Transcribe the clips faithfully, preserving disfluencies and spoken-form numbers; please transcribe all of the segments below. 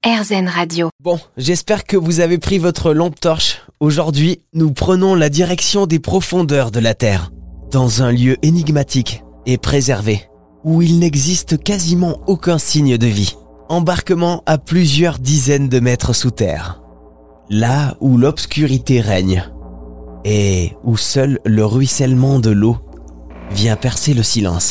AirZen Radio. Bon, j'espère que vous avez pris votre lampe torche. Aujourd'hui, nous prenons la direction des profondeurs de la Terre, dans un lieu énigmatique et préservé, où il n'existe quasiment aucun signe de vie. Embarquement à plusieurs dizaines de mètres sous terre, là où l'obscurité règne, et où seul le ruissellement de l'eau vient percer le silence.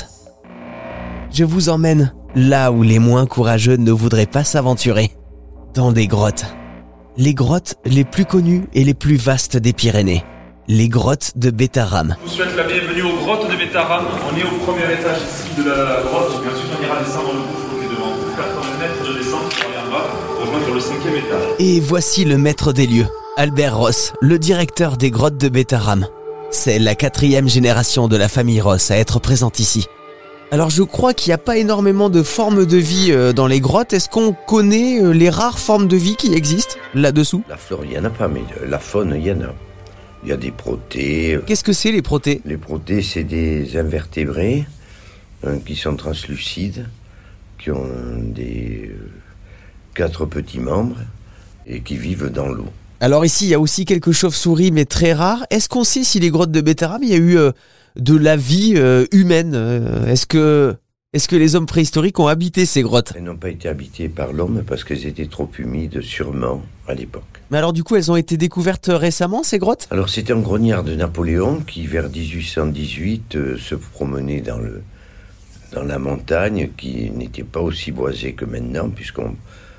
Je vous emmène là où les moins courageux ne voudraient pas s'aventurer, dans des grottes. Les grottes les plus connues et les plus vastes des Pyrénées, les grottes de Bétharram. Je vous souhaite la bienvenue aux grottes de Bétharram. On est au premier étage ici de la grotte, et ensuite on ira descendre le gouffre qui est devant vous. quatre mètres de descente, on reviendra pour rejoindre le cinquième étage. Et voici le maître des lieux, Albert Ross, le directeur des grottes de Bétharram. C'est la quatrième génération de la famille Ross à être présente ici. Alors je crois qu'il n'y a pas énormément de formes de vie dans les grottes. Est-ce qu'on connaît les rares formes de vie qui existent là-dessous ? La flore, il n'y en a pas, mais la faune, il y en a. Il y a des protées. Qu'est-ce que c'est les protées ? Les protées, c'est des invertébrés euh, qui sont translucides, qui ont des euh, quatre petits membres et qui vivent dans l'eau. Alors ici, il y a aussi quelques chauves-souris, mais très rares. Est-ce qu'on sait si les grottes de Bétharram, il y a eu euh, de la vie euh, humaine euh, Est-ce que, est-ce que les hommes préhistoriques ont habité ces grottes ? Elles n'ont pas été habitées par l'homme parce qu'elles étaient trop humides, sûrement, à l'époque. Mais alors du coup, elles ont été découvertes récemment, ces grottes ? Alors c'était un grognard de Napoléon qui, vers dix-huit cent dix-huit, euh, se promenait dans, le, dans la montagne, qui n'était pas aussi boisée que maintenant, puisqu'on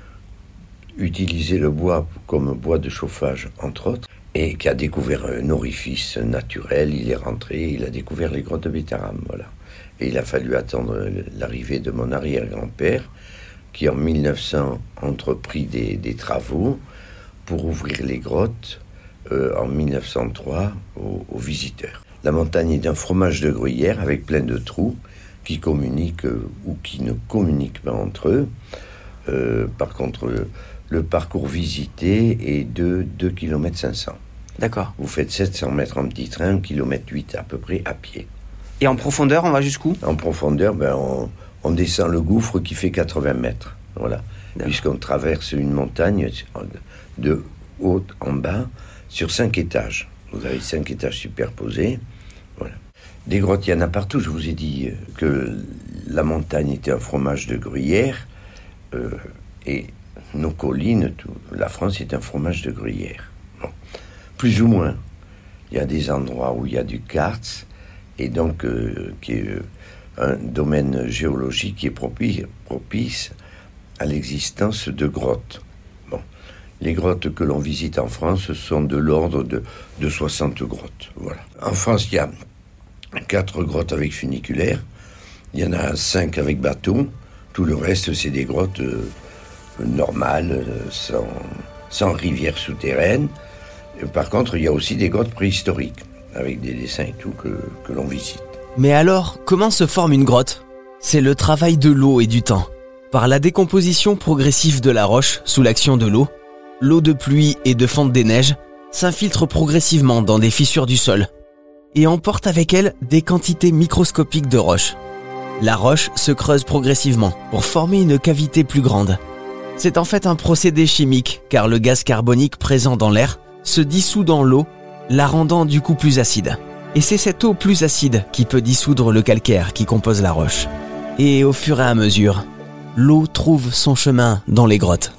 utilisait le bois comme bois de chauffage, entre autres, et qui a découvert un orifice naturel. Il est rentré, il a découvert les grottes de Bétharram, voilà. Et il a fallu attendre l'arrivée de mon arrière-grand-père, qui en mille neuf cents entreprit des, des travaux pour ouvrir les grottes euh, en mille neuf cent trois aux, aux visiteurs. La montagne est un fromage de gruyère avec plein de trous qui communiquent euh, ou qui ne communiquent pas entre eux. Euh, par contre, le, le parcours visité est de deux virgule cinq cents kilomètres. D'accord. Vous faites sept cents mètres en petit train, un virgule huit kilomètres à peu près à pied. Et en profondeur, on va jusqu'où ? En profondeur, ben, on, on descend le gouffre qui fait quatre-vingts mètres. Voilà. Puisqu'on traverse une montagne de haut en bas sur cinq étages. Vous avez cinq étages superposés. Voilà. Des grottes, il y en a partout. Je vous ai dit que la montagne était un fromage de gruyère euh, et nos collines, tout, la France est un fromage de gruyère. Bon. Plus ou moins. Il y a des endroits où il y a du quartz et donc euh, qui est euh, un domaine géologique qui est propice, propice à l'existence de grottes. Bon. Les grottes que l'on visite en France sont de l'ordre de, de soixante grottes. Voilà. En France, il y a quatre grottes avec funiculaire, il y en a cinq avec bateau, tout le reste, c'est des grottes euh, normales, euh, sans, sans rivière souterraine. Et par contre, il y a aussi des grottes préhistoriques, avec des dessins et tout que, que l'on visite. Mais alors, comment se forme une grotte ? C'est le travail de l'eau et du temps. Par la décomposition progressive de la roche sous l'action de l'eau, l'eau de pluie et de fonte des neiges s'infiltre progressivement dans des fissures du sol et emporte avec elle des quantités microscopiques de roches. La roche se creuse progressivement pour former une cavité plus grande. C'est en fait un procédé chimique car le gaz carbonique présent dans l'air se dissout dans l'eau, la rendant du coup plus acide. Et c'est cette eau plus acide qui peut dissoudre le calcaire qui compose la roche. Et au fur et à mesure, l'eau trouve son chemin dans les grottes.